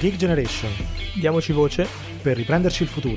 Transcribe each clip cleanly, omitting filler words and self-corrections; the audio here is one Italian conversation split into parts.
Geek Generation. Diamoci voce per riprenderci il futuro.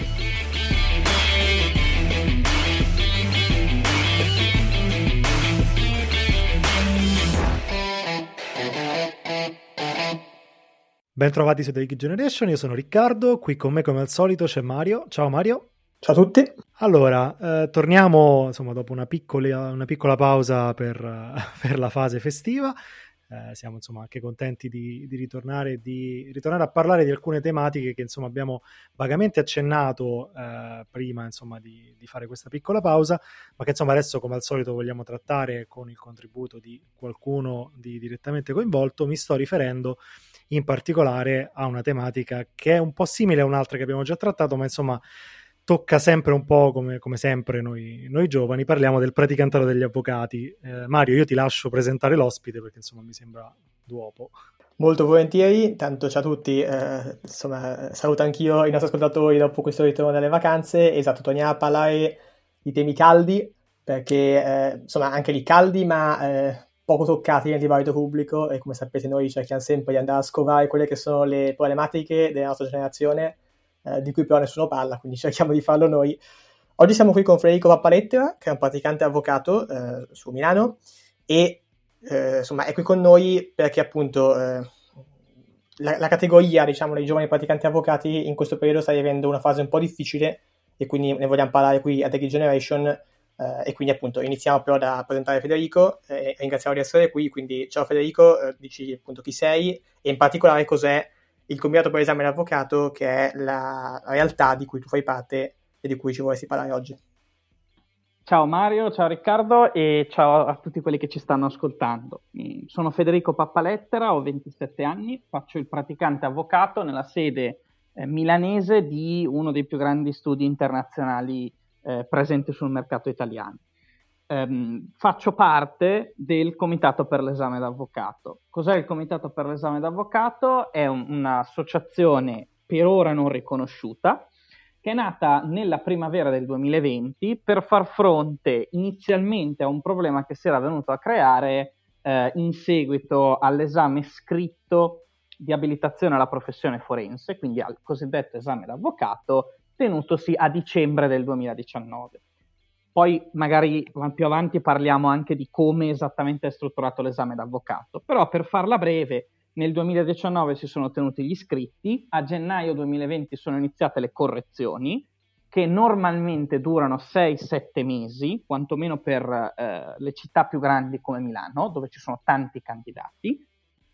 Bentrovati su The Geek Generation, io sono Riccardo, qui con me come al solito c'è Mario. Ciao Mario. Ciao a tutti. Allora, torniamo insomma dopo una piccola pausa per la fase festiva. Siamo insomma anche contenti di ritornare a parlare di alcune tematiche che insomma abbiamo vagamente accennato prima insomma di fare questa piccola pausa, ma che insomma adesso come al solito vogliamo trattare con il contributo di qualcuno di direttamente coinvolto. Mi sto riferendo in particolare a una tematica che è un po' simile a un'altra che abbiamo già trattato, ma insomma tocca sempre un po' come sempre noi giovani. Parliamo del praticantato degli avvocati. Mario, io ti lascio presentare l'ospite perché insomma mi sembra d'uopo. Molto volentieri, tanto ciao a tutti, insomma saluto anch'io i nostri ascoltatori dopo questo ritorno dalle vacanze. Esatto, torniamo a parlare di temi caldi perché insomma anche lì caldi ma poco toccati nel dibattito pubblico, e come sapete noi cerchiamo sempre di andare a scovare quelle che sono le problematiche della nostra generazione, di cui però nessuno parla, quindi cerchiamo di farlo noi. Oggi siamo qui con Federico Pappalettera, che è un praticante avvocato su Milano, e insomma è qui con noi perché appunto la categoria, diciamo, dei giovani praticanti avvocati in questo periodo sta vivendo una fase un po' difficile, e quindi ne vogliamo parlare qui a The Geek Generation. E quindi appunto iniziamo però da presentare Federico e ringraziamo di essere qui. Quindi ciao Federico, dici appunto chi sei e in particolare cos'è il Comitato per l'esame dell'avvocato, che è la realtà di cui tu fai parte e di cui ci vorresti parlare oggi. Ciao Mario, ciao Riccardo e ciao a tutti quelli che ci stanno ascoltando. Sono Federico Pappalettera, ho 27 anni, faccio il praticante avvocato nella sede milanese di uno dei più grandi studi internazionali presenti sul mercato italiano. Faccio parte del Comitato per l'esame d'avvocato. Cos'è il Comitato per l'esame d'avvocato? È un'associazione per ora non riconosciuta che è nata nella primavera del 2020 per far fronte inizialmente a un problema che si era venuto a creare in seguito all'esame scritto di abilitazione alla professione forense, quindi al cosiddetto esame d'avvocato, tenutosi a dicembre del 2019. Poi magari più avanti parliamo anche di come esattamente è strutturato l'esame d'avvocato, però per farla breve, nel 2019 si sono tenuti gli iscritti, a gennaio 2020 sono iniziate le correzioni, che normalmente durano 6-7 mesi, quantomeno per le città più grandi come Milano, dove ci sono tanti candidati.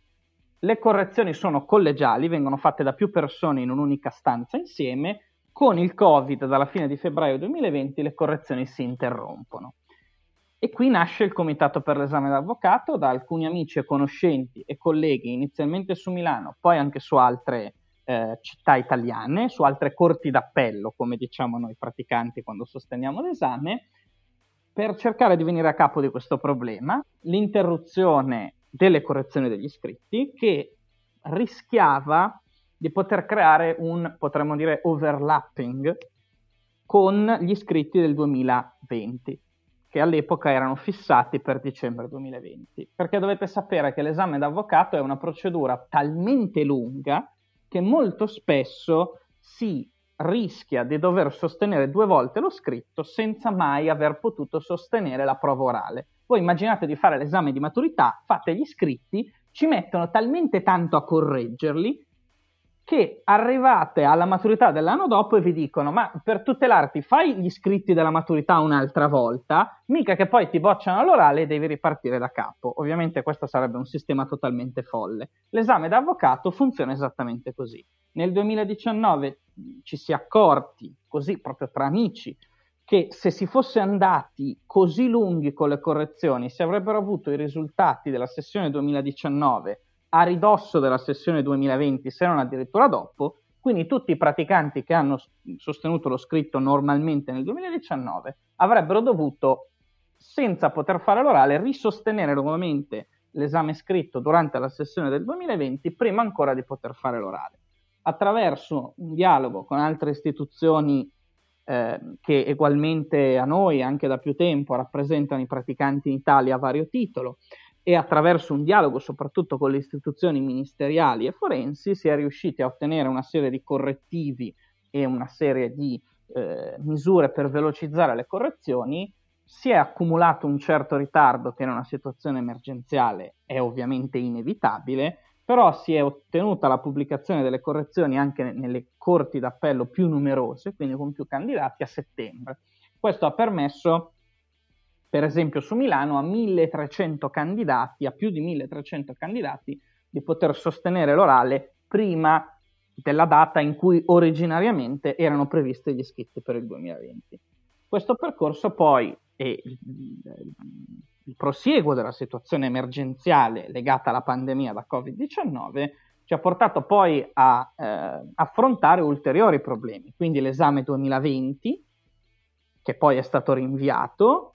Le correzioni sono collegiali, vengono fatte da più persone in un'unica stanza insieme. Con il Covid, dalla fine di febbraio 2020, le correzioni si interrompono. E qui nasce il Comitato per l'esame d'avvocato da alcuni amici e conoscenti e colleghi, inizialmente su Milano, poi anche su altre città italiane, su altre corti d'appello, come diciamo noi praticanti quando sosteniamo l'esame, per cercare di venire a capo di questo problema, l'interruzione delle correzioni degli iscritti, che rischiava di poter creare un, potremmo dire, overlapping con gli iscritti del 2020, che all'epoca erano fissati per dicembre 2020. Perché dovete sapere che l'esame d'avvocato è una procedura talmente lunga che molto spesso si rischia di dover sostenere 2 volte lo scritto senza mai aver potuto sostenere la prova orale. Voi immaginate di fare l'esame di maturità, fate gli iscritti, ci mettono talmente tanto a correggerli che arrivate alla maturità dell'anno dopo e vi dicono: ma per tutelarti fai gli iscritti della maturità un'altra volta, mica che poi ti bocciano all'orale e devi ripartire da capo. Ovviamente questo sarebbe un sistema totalmente folle. L'esame d'avvocato funziona esattamente così. Nel 2019 ci si è accorti, così proprio tra amici, che se si fosse andati così lunghi con le correzioni si avrebbero avuto i risultati della sessione 2019 a ridosso della sessione 2020, se non addirittura dopo. Quindi tutti i praticanti che hanno sostenuto lo scritto normalmente nel 2019 avrebbero dovuto, senza poter fare l'orale, risostenere nuovamente l'esame scritto durante la sessione del 2020 prima ancora di poter fare l'orale. Attraverso un dialogo con altre istituzioni che ugualmente a noi, anche da più tempo, rappresentano i praticanti in Italia a vario titolo, e attraverso un dialogo soprattutto con le istituzioni ministeriali e forensi si è riusciti a ottenere una serie di correttivi e una serie di misure per velocizzare le correzioni. Si è accumulato un certo ritardo che in una situazione emergenziale è ovviamente inevitabile, però si è ottenuta la pubblicazione delle correzioni anche nelle corti d'appello più numerose, quindi con più candidati, a settembre. Questo ha permesso, per esempio su Milano, a 1300 candidati, a più di 1300 candidati, di poter sostenere l'orale prima della data in cui originariamente erano previsti gli iscritti per il 2020. Questo percorso poi e il prosieguo della situazione emergenziale legata alla pandemia da Covid-19 ci ha portato poi a affrontare ulteriori problemi, quindi l'esame 2020, che poi è stato rinviato,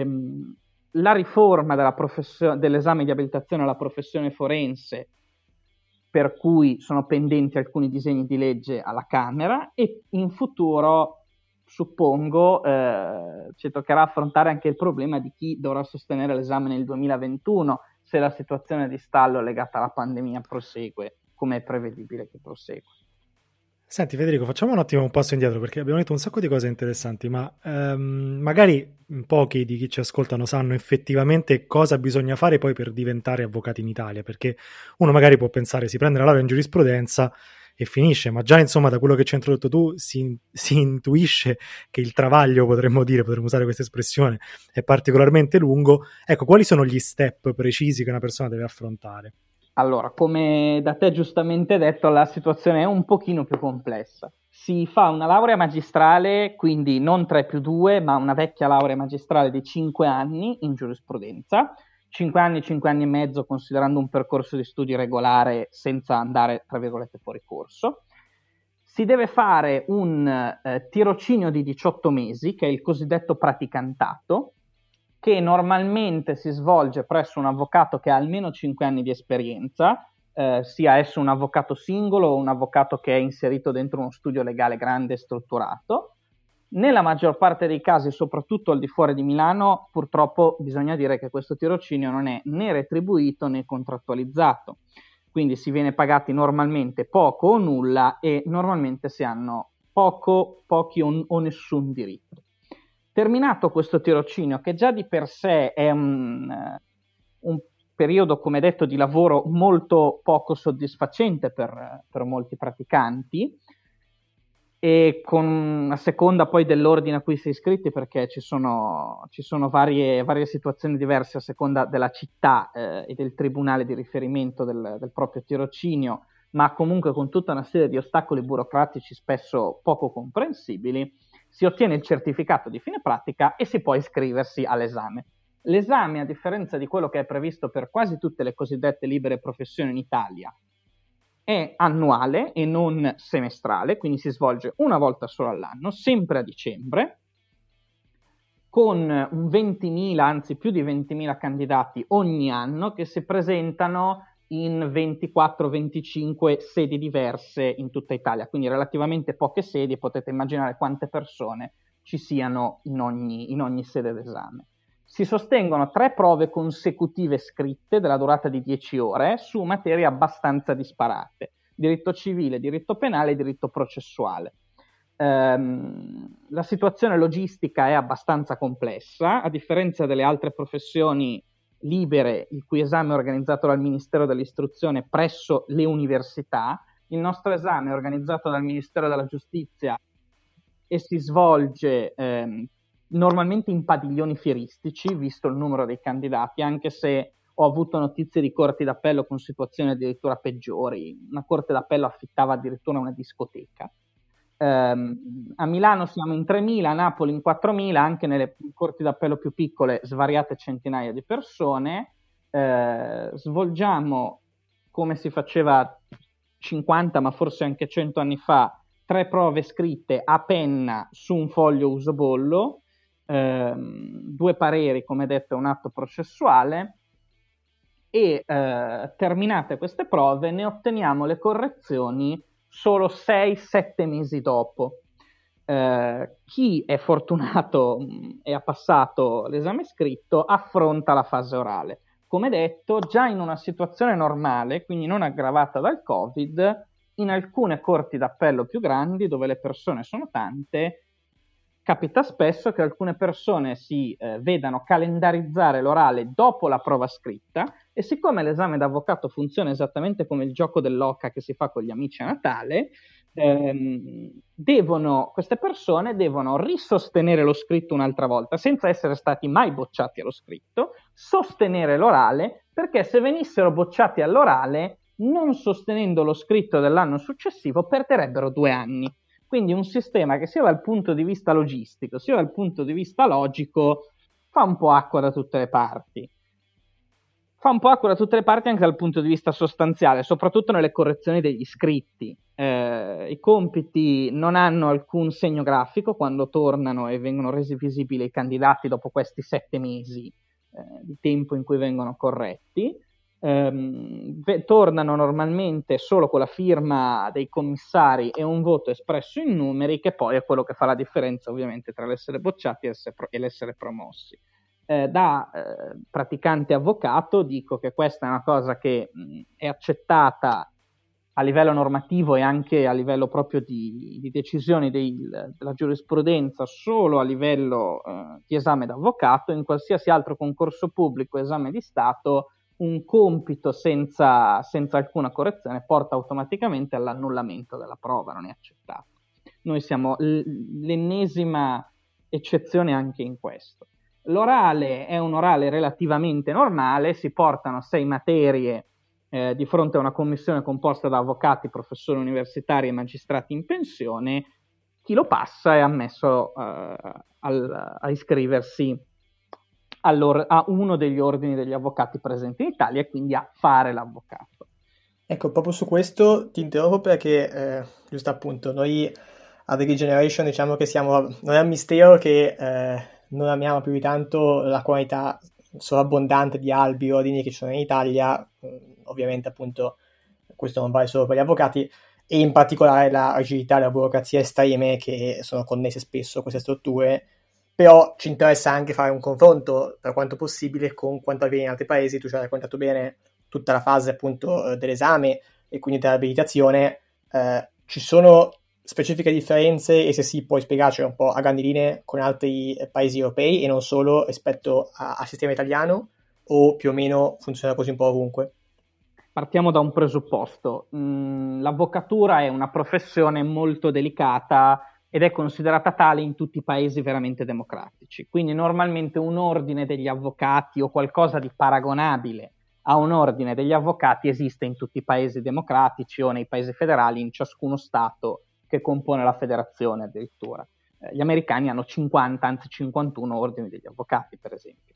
la riforma dell'esame di abilitazione alla professione forense, per cui sono pendenti alcuni disegni di legge alla Camera, e in futuro suppongo ci toccherà affrontare anche il problema di chi dovrà sostenere l'esame nel 2021 se la situazione di stallo legata alla pandemia prosegue, come è prevedibile che prosegua. Senti Federico, facciamo un attimo un passo indietro perché abbiamo detto un sacco di cose interessanti, ma magari pochi di chi ci ascoltano sanno effettivamente cosa bisogna fare poi per diventare avvocati in Italia, perché uno magari può pensare si prende la laurea in giurisprudenza e finisce, ma già insomma da quello che ci hai introdotto tu si intuisce che il travaglio, potremmo usare questa espressione, è particolarmente lungo. Ecco, quali sono gli step precisi che una persona deve affrontare? Allora, come da te giustamente detto, la situazione è un pochino più complessa. Si fa una laurea magistrale, quindi non 3+2, ma una vecchia laurea magistrale di 5 anni in giurisprudenza, 5 anni e mezzo considerando un percorso di studi regolare senza andare, tra virgolette, fuori corso. Si deve fare un tirocinio di 18 mesi, che è il cosiddetto praticantato, che normalmente si svolge presso un avvocato che ha almeno 5 anni di esperienza, sia esso un avvocato singolo o un avvocato che è inserito dentro uno studio legale grande e strutturato. Nella maggior parte dei casi, soprattutto al di fuori di Milano, purtroppo bisogna dire che questo tirocinio non è né retribuito né contrattualizzato, quindi si viene pagati normalmente poco o nulla e normalmente si hanno pochi o nessun diritto. Terminato questo tirocinio, che già di per sé è un periodo, come detto, di lavoro molto poco soddisfacente per molti praticanti, e a seconda poi dell'ordine a cui si è iscritti, perché ci sono varie situazioni diverse a seconda della città e del tribunale di riferimento del proprio tirocinio, ma comunque con tutta una serie di ostacoli burocratici spesso poco comprensibili, si ottiene il certificato di fine pratica e si può iscriversi all'esame. L'esame, a differenza di quello che è previsto per quasi tutte le cosiddette libere professioni in Italia, è annuale e non semestrale, quindi si svolge una volta solo all'anno, sempre a dicembre, con un 20.000, anzi più di 20.000 candidati ogni anno che si presentano in 24-25 sedi diverse in tutta Italia, quindi relativamente poche sedi, potete immaginare quante persone ci siano in ogni sede d'esame. Si sostengono 3 prove consecutive scritte della durata di 10 ore su materie abbastanza disparate: diritto civile, diritto penale e diritto processuale. La situazione logistica è abbastanza complessa, a differenza delle altre professioni libere, il cui esame è organizzato dal Ministero dell'Istruzione presso le università. Il nostro esame è organizzato dal Ministero della Giustizia e si svolge normalmente in padiglioni fieristici, visto il numero dei candidati, anche se ho avuto notizie di corti d'appello con situazioni addirittura peggiori. Una corte d'appello affittava addirittura una discoteca. A Milano siamo in 3.000, a Napoli in 4.000, anche nelle corti d'appello più piccole svariate centinaia di persone. Svolgiamo, come si faceva 50 ma forse anche 100 anni fa, 3 prove scritte a penna su un foglio usobollo, 2 pareri, come detto, un atto processuale, e terminate queste prove ne otteniamo le correzioni solo 6-7 mesi dopo. Chi è fortunato e ha passato l'esame scritto affronta la fase orale. come detto, già in una situazione normale, quindi non aggravata dal Covid, in alcune corti d'appello più grandi, dove le persone sono tante, capita spesso che alcune persone si vedano calendarizzare l'orale dopo la prova scritta, e siccome l'esame d'avvocato funziona esattamente come il gioco dell'oca che si fa con gli amici a Natale, queste persone devono risostenere lo scritto un'altra volta, senza essere stati mai bocciati allo scritto, sostenere l'orale, perché se venissero bocciati all'orale, non sostenendo lo scritto dell'anno successivo, perderebbero 2 anni. Quindi un sistema che sia dal punto di vista logistico, sia dal punto di vista logico, fa un po' acqua da tutte le parti. Fa un po' acqua da tutte le parti anche dal punto di vista sostanziale, soprattutto nelle correzioni degli scritti. I compiti non hanno alcun segno grafico quando tornano e vengono resi visibili i candidati dopo questi 7 mesi di tempo in cui vengono corretti. Tornano normalmente solo con la firma dei commissari e un voto espresso in numeri, che poi è quello che fa la differenza ovviamente tra l'essere bocciati e l'essere promossi. Da praticante avvocato dico che questa è una cosa che è accettata a livello normativo e anche a livello proprio di decisioni della giurisprudenza solo a livello di esame d'avvocato. In qualsiasi altro concorso pubblico, esame di Stato, un compito senza alcuna correzione porta automaticamente all'annullamento della prova, non è accettato. Noi siamo l'ennesima eccezione anche in questo. L'orale è un orale relativamente normale, si portano 6 materie di fronte a una commissione composta da avvocati, professori universitari e magistrati in pensione. Chi lo passa è ammesso a iscriversi a uno degli ordini degli avvocati presenti in Italia e quindi a fare l'avvocato. Ecco, proprio su questo ti interrompo perché, giusto appunto, noi a The Regeneration diciamo che non è un mistero che non amiamo più di tanto la quantità sovrabbondante di albi e ordini che ci sono in Italia. Ovviamente appunto questo non vale solo per gli avvocati, e in particolare la rigidità e la burocrazia estreme che sono connesse spesso a queste strutture. Però ci interessa anche fare un confronto, per quanto possibile, con quanto avviene in altri paesi. Tu ci hai raccontato bene tutta la fase appunto dell'esame e quindi dell'abilitazione. Ci sono specifiche differenze, e se sì puoi spiegarci un po' a grandi linee con altri paesi europei e non solo rispetto al sistema italiano, o più o meno funziona così un po' ovunque? Partiamo da un presupposto. L'avvocatura è una professione molto delicata ed è considerata tale in tutti i paesi veramente democratici. Quindi normalmente un ordine degli avvocati o qualcosa di paragonabile a un ordine degli avvocati esiste in tutti i paesi democratici o nei paesi federali, in ciascuno Stato che compone la federazione addirittura. Gli americani hanno 50, anzi 51 ordini degli avvocati, per esempio.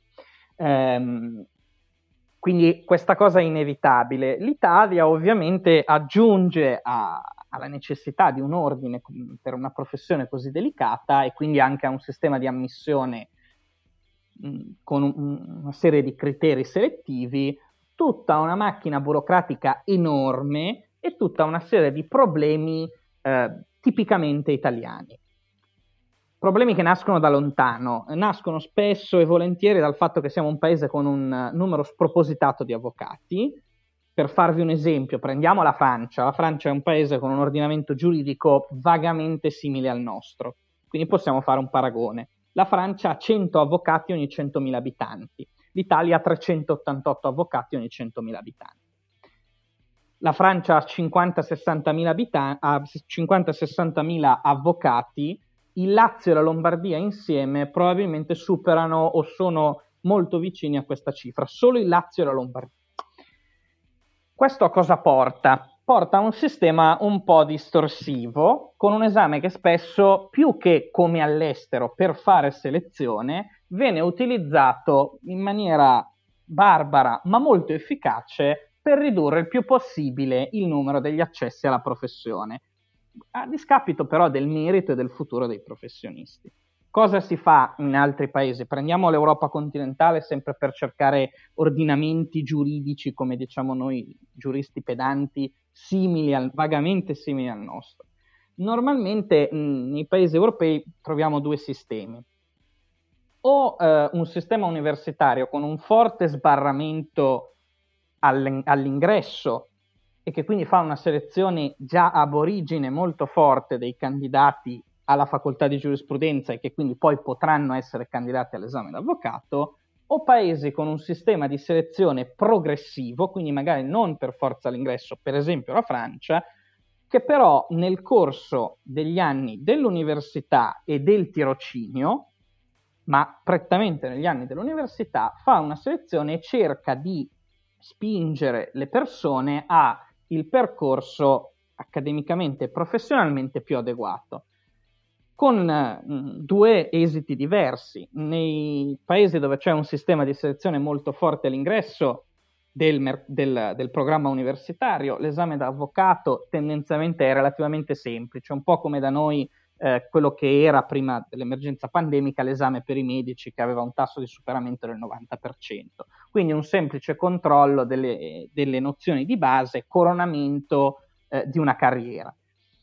Quindi questa cosa è inevitabile. L'Italia ovviamente aggiunge alla necessità di un ordine per una professione così delicata, e quindi anche a un sistema di ammissione con una serie di criteri selettivi, tutta una macchina burocratica enorme e tutta una serie di problemi tipicamente italiani. Problemi che nascono da lontano, nascono spesso e volentieri dal fatto che siamo un paese con un numero spropositato di avvocati. Per farvi un esempio, prendiamo la Francia. La Francia è un paese con un ordinamento giuridico vagamente simile al nostro, quindi possiamo fare un paragone. La Francia ha 100 avvocati ogni 100.000 abitanti, l'Italia ha 388 avvocati ogni 100.000 abitanti. La Francia ha 50-60.000 avvocati, il Lazio e la Lombardia insieme probabilmente superano o sono molto vicini a questa cifra, solo il Lazio e la Lombardia. Questo a cosa porta? Porta a un sistema un po' distorsivo, con un esame che spesso, più che come all'estero per fare selezione, viene utilizzato in maniera barbara ma molto efficace per ridurre il più possibile il numero degli accessi alla professione, a discapito però del merito e del futuro dei professionisti. Cosa si fa in altri paesi? Prendiamo l'Europa continentale, sempre per cercare ordinamenti giuridici, come diciamo noi giuristi pedanti, vagamente simili al nostro. Normalmente nei paesi europei troviamo 2 sistemi. o un sistema universitario con un forte sbarramento all'ingresso e che quindi fa una selezione già ab origine molto forte dei candidati alla facoltà di giurisprudenza e che quindi poi potranno essere candidati all'esame d'avvocato, o paesi con un sistema di selezione progressivo, quindi magari non per forza all'ingresso, per esempio la Francia, che però nel corso degli anni dell'università e del tirocinio, ma prettamente negli anni dell'università, fa una selezione e cerca di spingere le persone a il percorso accademicamente e professionalmente più adeguato, con due esiti diversi. Nei paesi dove c'è un sistema di selezione molto forte all'ingresso del programma universitario, l'esame da avvocato tendenzialmente è relativamente semplice, un po' come da noi quello che era prima dell'emergenza pandemica l'esame per i medici, che aveva un tasso di superamento del 90%. Quindi un semplice controllo delle nozioni di base, coronamento di una carriera.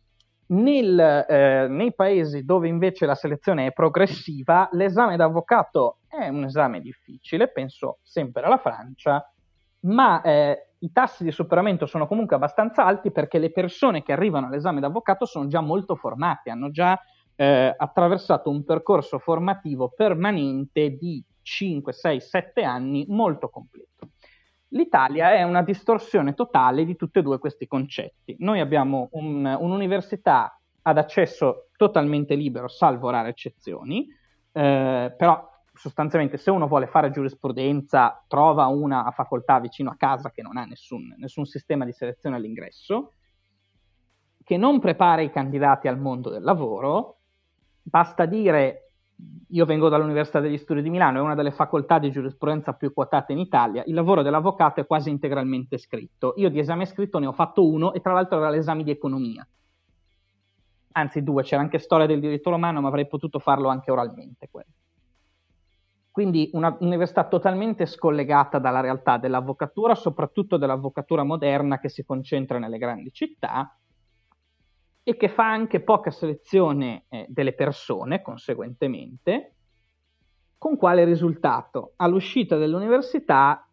Nei paesi dove invece la selezione è progressiva, l'esame d'avvocato è un esame difficile, penso sempre alla Francia, ma i tassi di superamento sono comunque abbastanza alti perché le persone che arrivano all'esame d'avvocato sono già molto formate, hanno già attraversato un percorso formativo permanente di 5, 6, 7 anni molto completo. L'Italia è una distorsione totale di tutti e due questi concetti. Noi abbiamo un'università ad accesso totalmente libero, salvo rare eccezioni, però sostanzialmente se uno vuole fare giurisprudenza trova una facoltà vicino a casa che non ha nessun sistema di selezione all'ingresso, che non prepara i candidati al mondo del lavoro. Basta dire, io vengo dall'Università degli Studi di Milano, è una delle facoltà di giurisprudenza più quotate in Italia, il lavoro dell'avvocato è quasi integralmente scritto. Io di esame scritto ne ho fatto uno e tra l'altro era l'esame di economia, anzi 2, c'era anche storia del diritto romano, ma avrei potuto farlo anche oralmente quello. Quindi un'università totalmente scollegata dalla realtà dell'avvocatura, soprattutto dell'avvocatura moderna che si concentra nelle grandi città e che fa anche poca selezione delle persone, conseguentemente, con quale risultato? All'uscita dell'università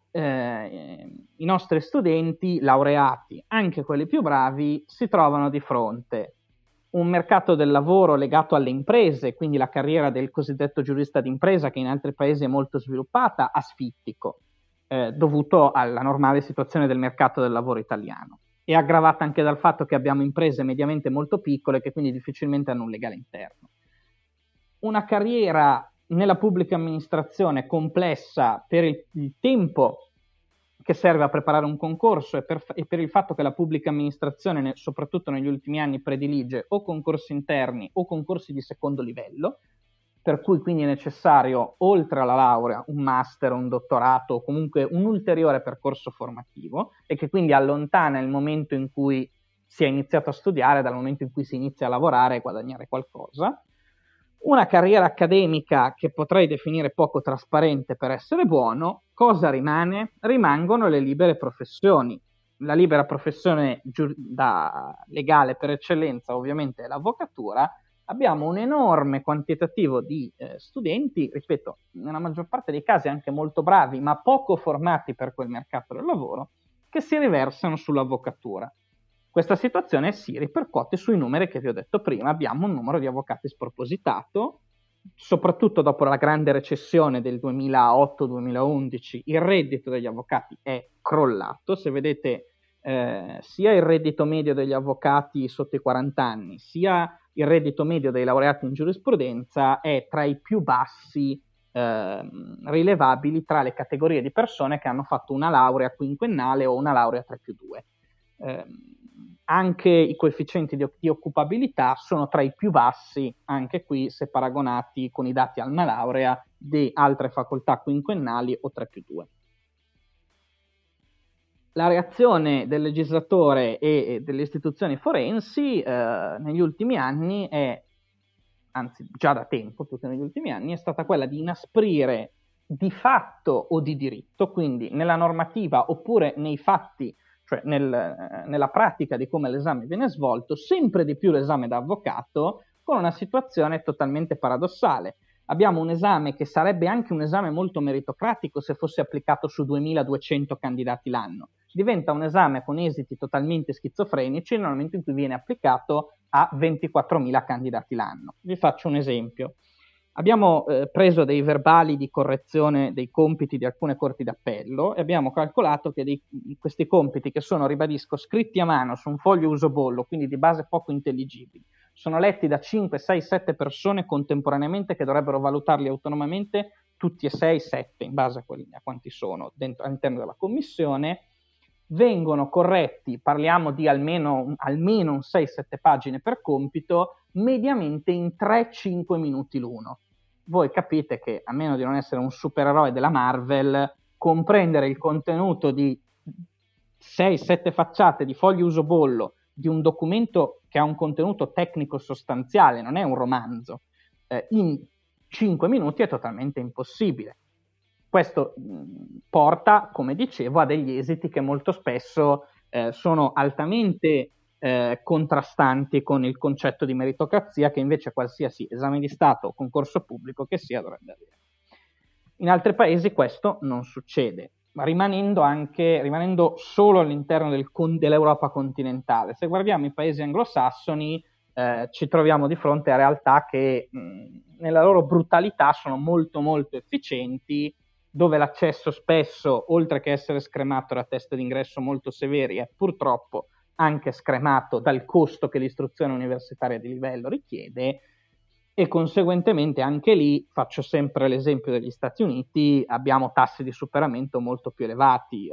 i nostri studenti laureati, anche quelli più bravi, si trovano di fronte un mercato del lavoro legato alle imprese, quindi la carriera del cosiddetto giurista d'impresa, che in altri paesi è molto sviluppata, asfittico, dovuto alla normale situazione del mercato del lavoro italiano. È aggravata anche dal fatto che abbiamo imprese mediamente molto piccole che quindi difficilmente hanno un legale interno. Una carriera nella pubblica amministrazione complessa per il tempo che serve a preparare un concorso e per il fatto che la pubblica amministrazione, soprattutto negli ultimi anni, predilige o concorsi interni o concorsi di secondo livello, per cui quindi è necessario, oltre alla laurea, un master, un dottorato o comunque un ulteriore percorso formativo e che quindi allontana il momento in cui si è iniziato a studiare dal momento in cui si inizia a lavorare e guadagnare qualcosa. Una carriera accademica che potrei definire poco trasparente per essere buono. Cosa rimane? Rimangono le libere professioni. La libera professione legale per eccellenza ovviamente è l'avvocatura. Abbiamo un enorme quantitativo di studenti, ripeto, nella maggior parte dei casi anche molto bravi, ma poco formati per quel mercato del lavoro, che si riversano sull'avvocatura. Questa situazione si ripercuote sui numeri che vi ho detto prima. Abbiamo un numero di avvocati spropositato, soprattutto dopo la grande recessione del 2008-2011, il reddito degli avvocati è crollato. Se vedete sia il reddito medio degli avvocati sotto i 40 anni, sia il reddito medio dei laureati in giurisprudenza è tra i più bassi rilevabili tra le categorie di persone che hanno fatto una laurea quinquennale o una laurea 3+2. Anche i coefficienti di occupabilità sono tra i più bassi, anche qui se paragonati con i dati alma laurea di altre facoltà quinquennali o 3+2. La reazione del legislatore e delle istituzioni forensi negli ultimi anni anzi già da tempo, più che negli ultimi anni, è stata quella di inasprire di fatto o di diritto, quindi nella normativa oppure nei fatti, cioè nella pratica di come l'esame viene svolto, sempre di più l'esame da avvocato, con una situazione totalmente paradossale. abbiamo un esame che sarebbe anche un esame molto meritocratico se fosse applicato su 2200 candidati l'anno. Diventa un esame con esiti totalmente schizofrenici nel momento in cui viene applicato a 24.000 candidati l'anno. Vi faccio un esempio. Abbiamo preso dei verbali di correzione dei compiti di alcune corti d'appello e abbiamo calcolato che questi compiti, che sono, ribadisco, scritti a mano su un foglio usobollo, quindi di base poco intelligibili, sono letti da 5, 6, 7 persone contemporaneamente che dovrebbero valutarli autonomamente, tutti e 6, 7, in base a quanti sono all'interno della commissione, vengono corretti, parliamo di almeno un 6-7 pagine per compito, mediamente in 3-5 minuti l'uno. Voi capite che, a meno di non essere un supereroe della Marvel, comprendere il contenuto di 6-7 facciate di fogli usobollo di un documento che ha un contenuto tecnico sostanziale, non è un romanzo, in 5 minuti è totalmente impossibile. Questo porta, come dicevo, a degli esiti che molto spesso sono altamente contrastanti con il concetto di meritocrazia che invece qualsiasi esame di Stato o concorso pubblico che sia dovrebbe avere. In altri paesi questo non succede, rimanendo solo all'interno dell'Europa continentale. Se guardiamo i paesi anglosassoni ci troviamo di fronte a realtà che nella loro brutalità sono molto molto efficienti, dove l'accesso spesso, oltre che essere scremato da test d'ingresso molto severi, è purtroppo anche scremato dal costo che l'istruzione universitaria di livello richiede, e conseguentemente anche lì, faccio sempre l'esempio degli Stati Uniti, abbiamo tassi di superamento molto più elevati.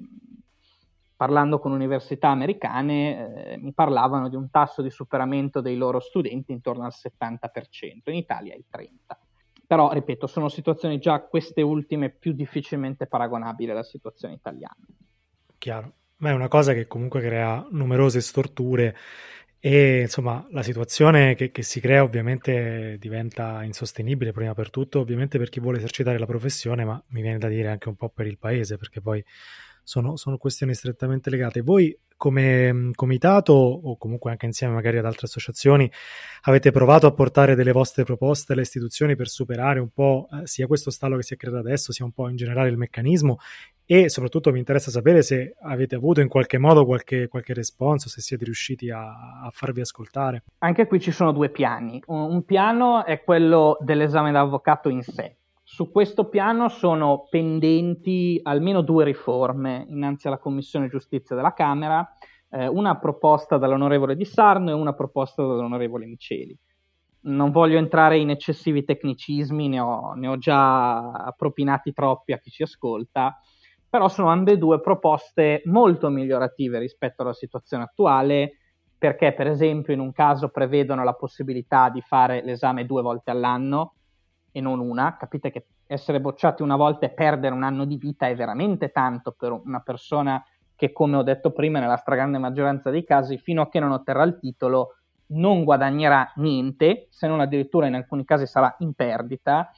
Parlando con università americane mi parlavano di un tasso di superamento dei loro studenti intorno al 70%, in Italia è il 30%. Però, ripeto, sono situazioni già queste ultime più difficilmente paragonabili alla situazione italiana. Chiaro, ma è una cosa che comunque crea numerose storture e insomma la situazione che si crea ovviamente diventa insostenibile, prima per tutto ovviamente per chi vuole esercitare la professione, ma mi viene da dire anche un po' per il paese, perché poi sono questioni strettamente legate. Voi come comitato o comunque anche insieme magari ad altre associazioni avete provato a portare delle vostre proposte alle istituzioni per superare un po' sia questo stallo che si è creato adesso, sia un po' in generale il meccanismo, e soprattutto mi interessa sapere se avete avuto in qualche modo qualche responso, se siete riusciti a farvi ascoltare. Anche qui ci sono due piani. Un piano è quello dell'esame d'avvocato in sé. Su questo piano sono pendenti almeno 2 riforme innanzi alla Commissione Giustizia della Camera, una proposta dall'onorevole Di Sarno e una proposta dall'onorevole Miceli. Non voglio entrare in eccessivi tecnicismi, ne ho già propinati troppi a chi ci ascolta, però sono ambedue proposte molto migliorative rispetto alla situazione attuale, perché per esempio in un caso prevedono la possibilità di fare l'esame 2 volte all'anno e non una. Capite che essere bocciati una volta e perdere un anno di vita è veramente tanto per una persona che, come ho detto prima, nella stragrande maggioranza dei casi, fino a che non otterrà il titolo, non guadagnerà niente, se non addirittura in alcuni casi sarà in perdita,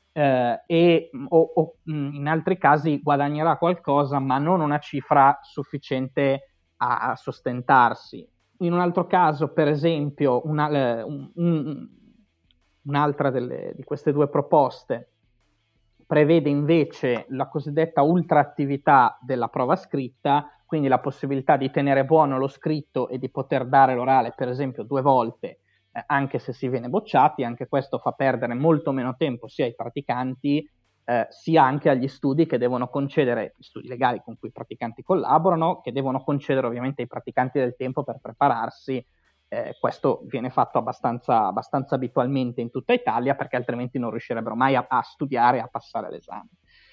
o in altri casi guadagnerà qualcosa, ma non una cifra sufficiente a sostentarsi. In un altro caso, per esempio, un'altra di queste 2 proposte prevede invece la cosiddetta ultraattività della prova scritta, quindi la possibilità di tenere buono lo scritto e di poter dare l'orale, per esempio, 2 volte, anche se si viene bocciati. Anche questo fa perdere molto meno tempo sia ai praticanti sia anche agli studi che devono concedere, studi legali con cui i praticanti collaborano, che devono concedere ovviamente ai praticanti del tempo per prepararsi. Questo viene fatto abbastanza abitualmente in tutta Italia, perché altrimenti non riuscirebbero mai a studiare e a passare l'esame.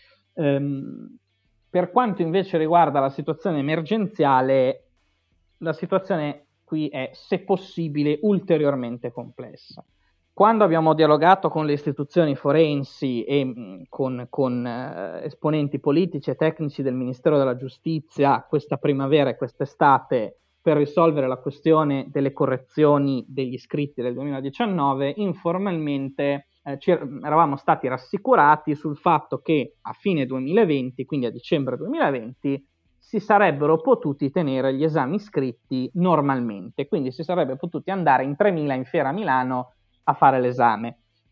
Per quanto invece riguarda la situazione emergenziale, la situazione qui è, se possibile, ulteriormente complessa. Quando abbiamo dialogato con le istituzioni forensi e con esponenti politici e tecnici del Ministero della Giustizia questa primavera e quest'estate per risolvere la questione delle correzioni degli iscritti del 2019, informalmente eravamo stati rassicurati sul fatto che a fine 2020, quindi a dicembre 2020, si sarebbero potuti tenere gli esami scritti normalmente, quindi si sarebbe potuti andare in 3.000 in Fiera a Milano a fare l'esame.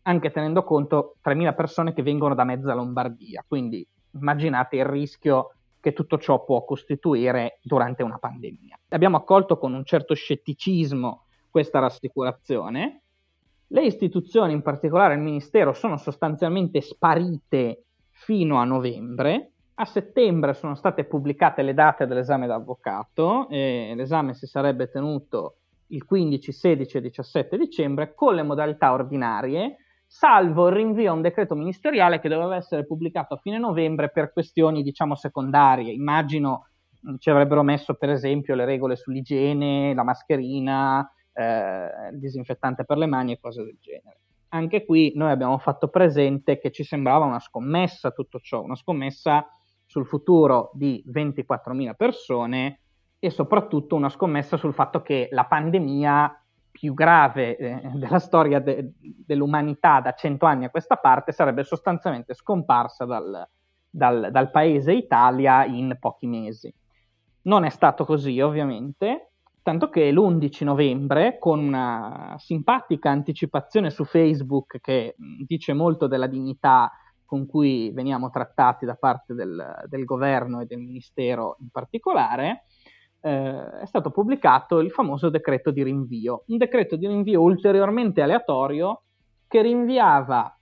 anche tenendo conto 3.000 persone che vengono da mezza Lombardia, quindi immaginate il rischio che tutto ciò può costituire durante una pandemia. Abbiamo accolto con un certo scetticismo questa rassicurazione. Le istituzioni, in particolare il Ministero, sono sostanzialmente sparite fino a novembre. A settembre sono state pubblicate le date dell'esame d'avvocato e l'esame si sarebbe tenuto il 15, 16 e 17 dicembre con le modalità ordinarie, salvo il rinvio a un decreto ministeriale che doveva essere pubblicato a fine novembre per questioni, diciamo, secondarie. Immagino ci avrebbero messo, per esempio, le regole sull'igiene, la mascherina, il disinfettante per le mani e cose del genere. Anche qui noi abbiamo fatto presente che ci sembrava una scommessa tutto ciò, una scommessa sul futuro di 24.000 persone e soprattutto una scommessa sul fatto che la pandemia più grave della storia dell'umanità da 100 anni a questa parte sarebbe sostanzialmente scomparsa dal paese Italia in pochi mesi. Non è stato così, ovviamente, tanto che l'11 novembre, con una simpatica anticipazione su Facebook che dice molto della dignità con cui veniamo trattati da parte del governo e del ministero in particolare, è stato pubblicato il famoso decreto di rinvio, un decreto di rinvio ulteriormente aleatorio che rinviava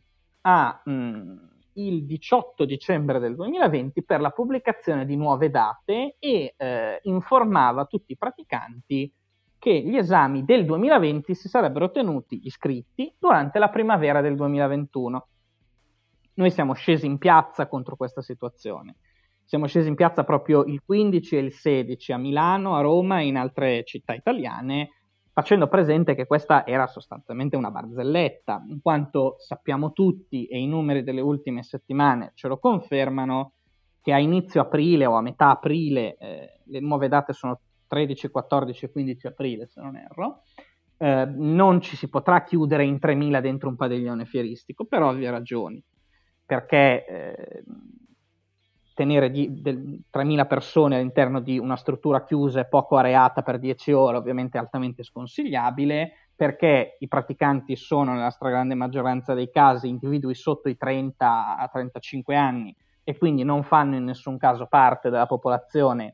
il 18 dicembre del 2020 per la pubblicazione di nuove date e informava tutti i praticanti che gli esami del 2020 si sarebbero tenuti iscritti durante la primavera del 2021. Noi siamo scesi in piazza contro questa situazione. Siamo scesi in piazza proprio il 15 e il 16 a Milano, a Roma e in altre città italiane, facendo presente che questa era sostanzialmente una barzelletta, in quanto sappiamo tutti, e i numeri delle ultime settimane ce lo confermano, che a inizio aprile o a metà aprile, le nuove date sono 13, 14 e 15 aprile se non erro, non ci si potrà chiudere in 3.000 dentro un padiglione fieristico, per ovvie ragioni, perché tenere 3.000 persone all'interno di una struttura chiusa e poco areata per 10 ore ovviamente è altamente sconsigliabile, perché i praticanti sono nella stragrande maggioranza dei casi individui sotto i 30 a 35 anni e quindi non fanno in nessun caso parte della popolazione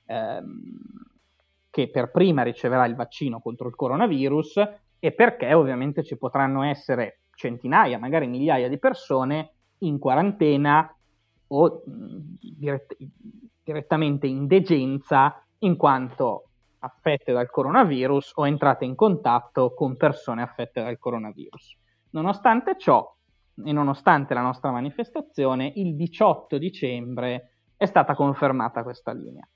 che per prima riceverà il vaccino contro il coronavirus, e perché ovviamente ci potranno essere centinaia, magari migliaia di persone in quarantena o direttamente in degenza in quanto affette dal coronavirus o entrate in contatto con persone affette dal coronavirus. Nonostante ciò e nonostante la nostra manifestazione, il 18 dicembre è stata confermata questa linea.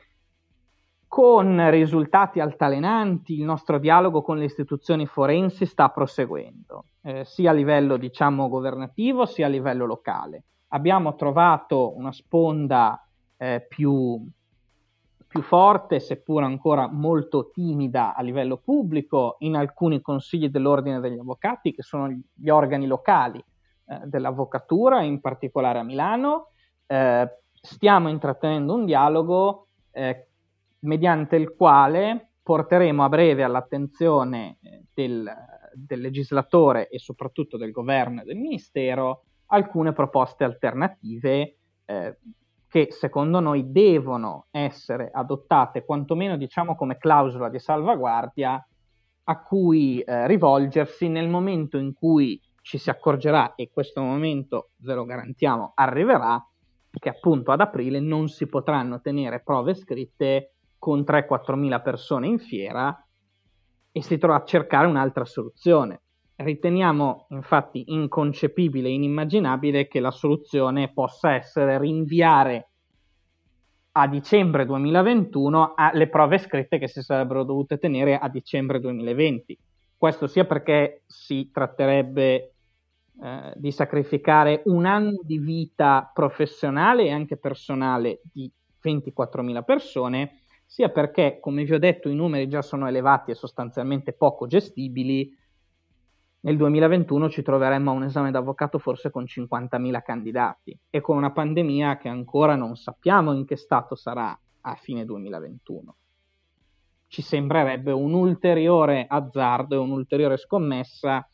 Con risultati altalenanti, il nostro dialogo con le istituzioni forensi sta proseguendo, sia a livello, diciamo, governativo, sia a livello locale. Abbiamo trovato una sponda più forte, seppur ancora molto timida a livello pubblico, in alcuni consigli dell'Ordine degli Avvocati, che sono gli organi locali dell'avvocatura, in particolare a Milano. Stiamo intrattenendo un dialogo mediante il quale porteremo a breve all'attenzione del legislatore e soprattutto del governo e del ministero alcune proposte alternative che secondo noi devono essere adottate quantomeno, diciamo, come clausola di salvaguardia a cui rivolgersi nel momento in cui ci si accorgerà, e questo momento ve lo garantiamo arriverà, che appunto ad aprile non si potranno tenere prove scritte con 3-4 mila persone in fiera e si dovrà cercare un'altra soluzione. Riteniamo infatti inconcepibile e inimmaginabile che la soluzione possa essere rinviare a dicembre 2021 le prove scritte che si sarebbero dovute tenere a dicembre 2020. Questo sia perché si tratterebbe di sacrificare un anno di vita professionale e anche personale di 24.000 persone, sia perché, come vi ho detto, i numeri già sono elevati e sostanzialmente poco gestibili. Nel 2021 ci troveremmo a un esame d'avvocato forse con 50.000 candidati e con una pandemia che ancora non sappiamo in che stato sarà a fine 2021. Ci sembrerebbe un ulteriore azzardo e un'ulteriore scommessa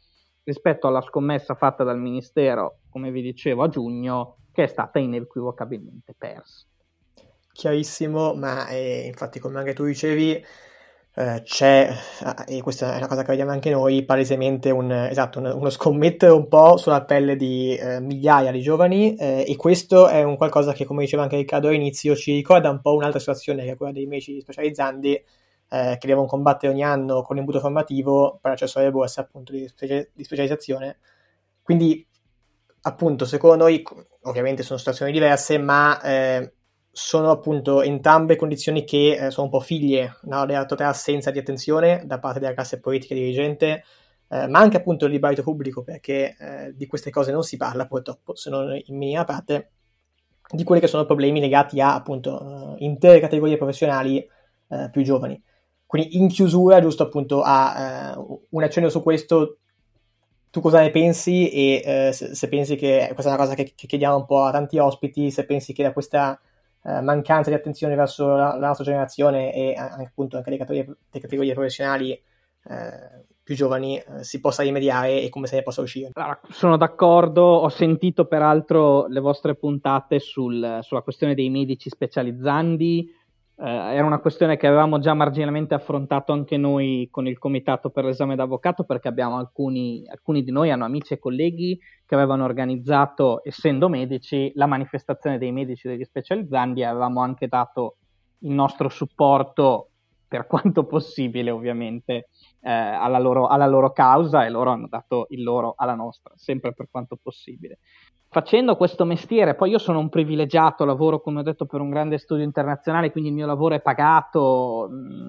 rispetto alla scommessa fatta dal Ministero, come vi dicevo, a giugno, che è stata inequivocabilmente persa. Chiarissimo, ma infatti come anche tu dicevi c'è, e questa è una cosa che vediamo anche noi, palesemente uno scommettere un po' sulla pelle di migliaia di giovani, e questo è un qualcosa che, come diceva anche Riccardo all'inizio, ci ricorda un po' un'altra situazione, che è quella dei medici specializzandi, che devono combattere ogni anno con l'imbuto formativo per l'accesso alle borse appunto di specializzazione. Quindi appunto secondo noi ovviamente sono situazioni diverse, ma sono appunto entrambe condizioni che sono un po' figlie, no, della totale assenza di attenzione da parte della classe politica dirigente, ma anche appunto del dibattito pubblico, perché di queste cose non si parla purtroppo, se non in minima parte, di quelli che sono problemi legati a appunto intere categorie professionali più giovani. Quindi in chiusura, giusto appunto a un accenno su questo, tu cosa ne pensi e se pensi che questa è una cosa che chiediamo un po' a tanti ospiti, se pensi che da questa mancanza di attenzione verso la nostra generazione e anche appunto anche le categorie professionali più giovani si possa rimediare e come se ne possa uscire. Allora, sono d'accordo, ho sentito peraltro le vostre puntate sulla questione dei medici specializzandi. Era una questione che avevamo già marginalmente affrontato anche noi con il comitato per l'esame d'avvocato, perché abbiamo alcuni di noi hanno amici e colleghi che avevano organizzato, essendo medici, la manifestazione dei medici degli specializzandi, e avevamo anche dato il nostro supporto per quanto possibile, ovviamente, alla loro causa, e loro hanno dato il loro alla nostra, sempre per quanto possibile. Facendo questo mestiere, poi io sono un privilegiato, lavoro come ho detto per un grande studio internazionale, quindi il mio lavoro è pagato,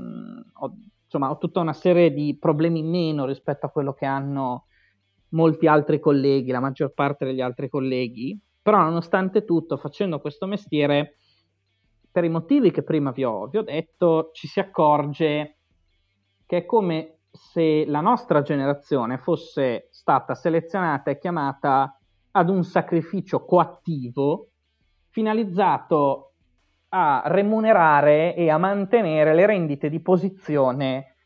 ho tutta una serie di problemi in meno rispetto a quello che hanno molti altri colleghi, la maggior parte degli altri colleghi, però nonostante tutto, facendo questo mestiere, per i motivi che prima vi ho detto, ci si accorge che è come se la nostra generazione fosse stata selezionata e chiamata ad un sacrificio coattivo finalizzato a remunerare e a mantenere le rendite di posizione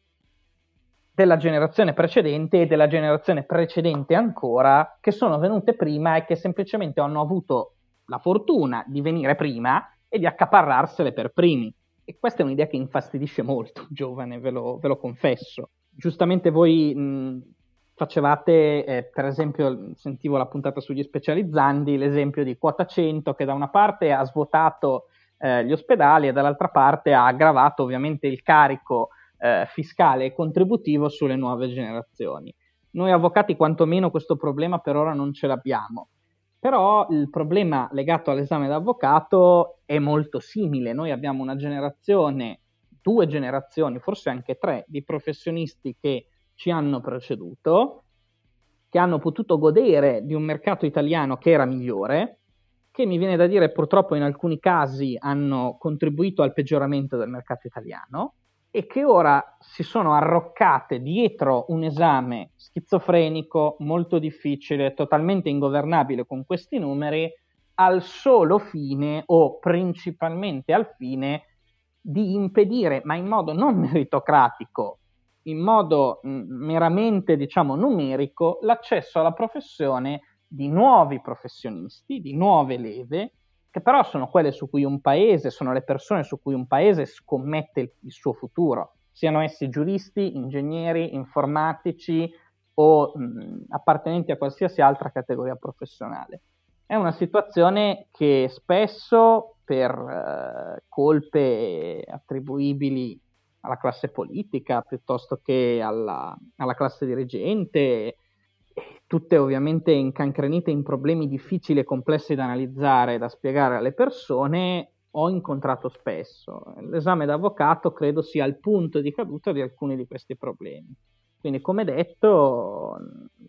della generazione precedente e della generazione precedente ancora, che sono venute prima e che semplicemente hanno avuto la fortuna di venire prima e di accaparrarsele per primi. E questa è un'idea che infastidisce molto un giovane, ve lo confesso. Giustamente voi facevate, per esempio, sentivo la puntata sugli specializzandi, l'esempio di quota 100 che da una parte ha svuotato gli ospedali e dall'altra parte ha aggravato ovviamente il carico fiscale e contributivo sulle nuove generazioni. Noi avvocati quantomeno questo problema per ora non ce l'abbiamo, però il problema legato all'esame d'avvocato è molto simile. Noi abbiamo una generazione, 2 generazioni, forse anche 3 di professionisti che ci hanno preceduto, che hanno potuto godere di un mercato italiano che era migliore, che mi viene da dire purtroppo in alcuni casi hanno contribuito al peggioramento del mercato italiano, e che ora si sono arroccate dietro un esame schizofrenico, molto difficile, totalmente ingovernabile con questi numeri, al solo fine o principalmente al fine di impedire, ma in modo non meritocratico, in modo meramente, diciamo, numerico, l'accesso alla professione di nuovi professionisti, di nuove leve, che però sono quelle su cui un paese, sono le persone su cui un paese scommette il suo futuro, siano essi giuristi, ingegneri, informatici o appartenenti a qualsiasi altra categoria professionale. È una situazione che spesso, per colpe attribuibili alla classe politica piuttosto che alla classe dirigente, tutte ovviamente incancrenite in problemi difficili e complessi da analizzare e da spiegare alle persone, ho incontrato spesso. L'esame d'avvocato credo sia il punto di caduta di alcuni di questi problemi. Quindi, come detto,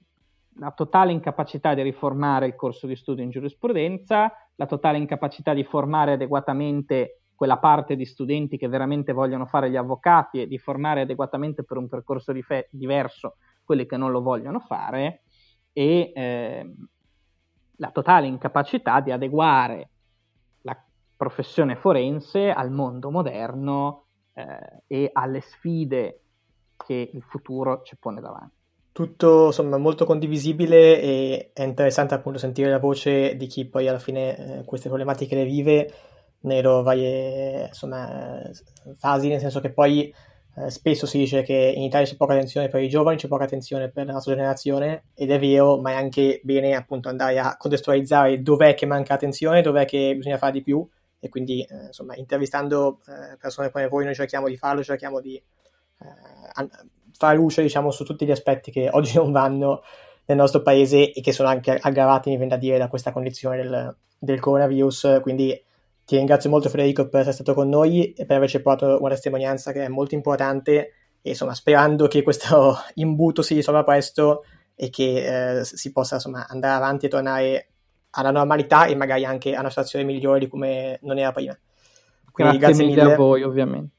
la totale incapacità di riformare il corso di studio in giurisprudenza, la totale incapacità di formare adeguatamente quella parte di studenti che veramente vogliono fare gli avvocati e di formare adeguatamente per un percorso diverso quelli che non lo vogliono fare, e la totale incapacità di adeguare la professione forense al mondo moderno e alle sfide che il futuro ci pone davanti. tutto insomma molto condivisibile, e è interessante appunto sentire la voce di chi poi alla fine queste problematiche le vive nelle loro varie insomma fasi, nel senso che poi spesso si dice che in Italia c'è poca attenzione per i giovani, c'è poca attenzione per la nostra generazione, ed è vero, ma è anche bene appunto andare a contestualizzare dov'è che manca attenzione, dov'è che bisogna fare di più, e quindi insomma intervistando persone come voi noi cerchiamo di farlo, cerchiamo di fare luce diciamo su tutti gli aspetti che oggi non vanno nel nostro paese e che sono anche aggravati, mi viene da dire, da questa condizione del coronavirus. Quindi ti ringrazio molto Federico per essere stato con noi e per averci portato una testimonianza che è molto importante, e insomma sperando che questo imbuto si risolva presto e che si possa insomma andare avanti e tornare alla normalità e magari anche a una situazione migliore di come non era prima. Quindi grazie mille a voi, ovviamente.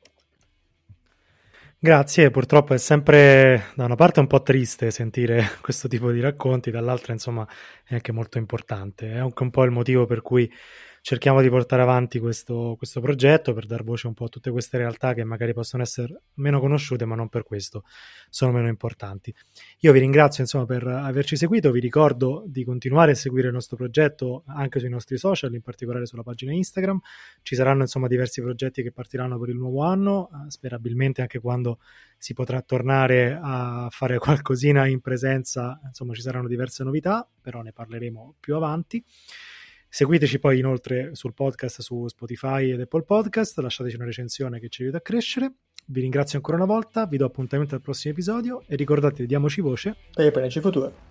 Grazie, purtroppo è sempre da una parte un po' triste sentire questo tipo di racconti, dall'altra insomma è anche molto importante, è anche un po' il motivo per cui cerchiamo di portare avanti questo progetto, per dar voce un po' a tutte queste realtà che magari possono essere meno conosciute, ma non per questo sono meno importanti. Io vi ringrazio insomma per averci seguito, vi ricordo di continuare a seguire il nostro progetto anche sui nostri social, in particolare sulla pagina Instagram. Ci saranno insomma diversi progetti che partiranno per il nuovo anno, sperabilmente anche quando si potrà tornare a fare qualcosina in presenza, insomma ci saranno diverse novità, però ne parleremo più avanti. Seguiteci poi inoltre sul podcast su Spotify ed Apple Podcast, lasciateci una recensione che ci aiuta a crescere. Vi ringrazio ancora una volta, vi do appuntamento al prossimo episodio e ricordate, diamoci voce per il Planetary Futuro.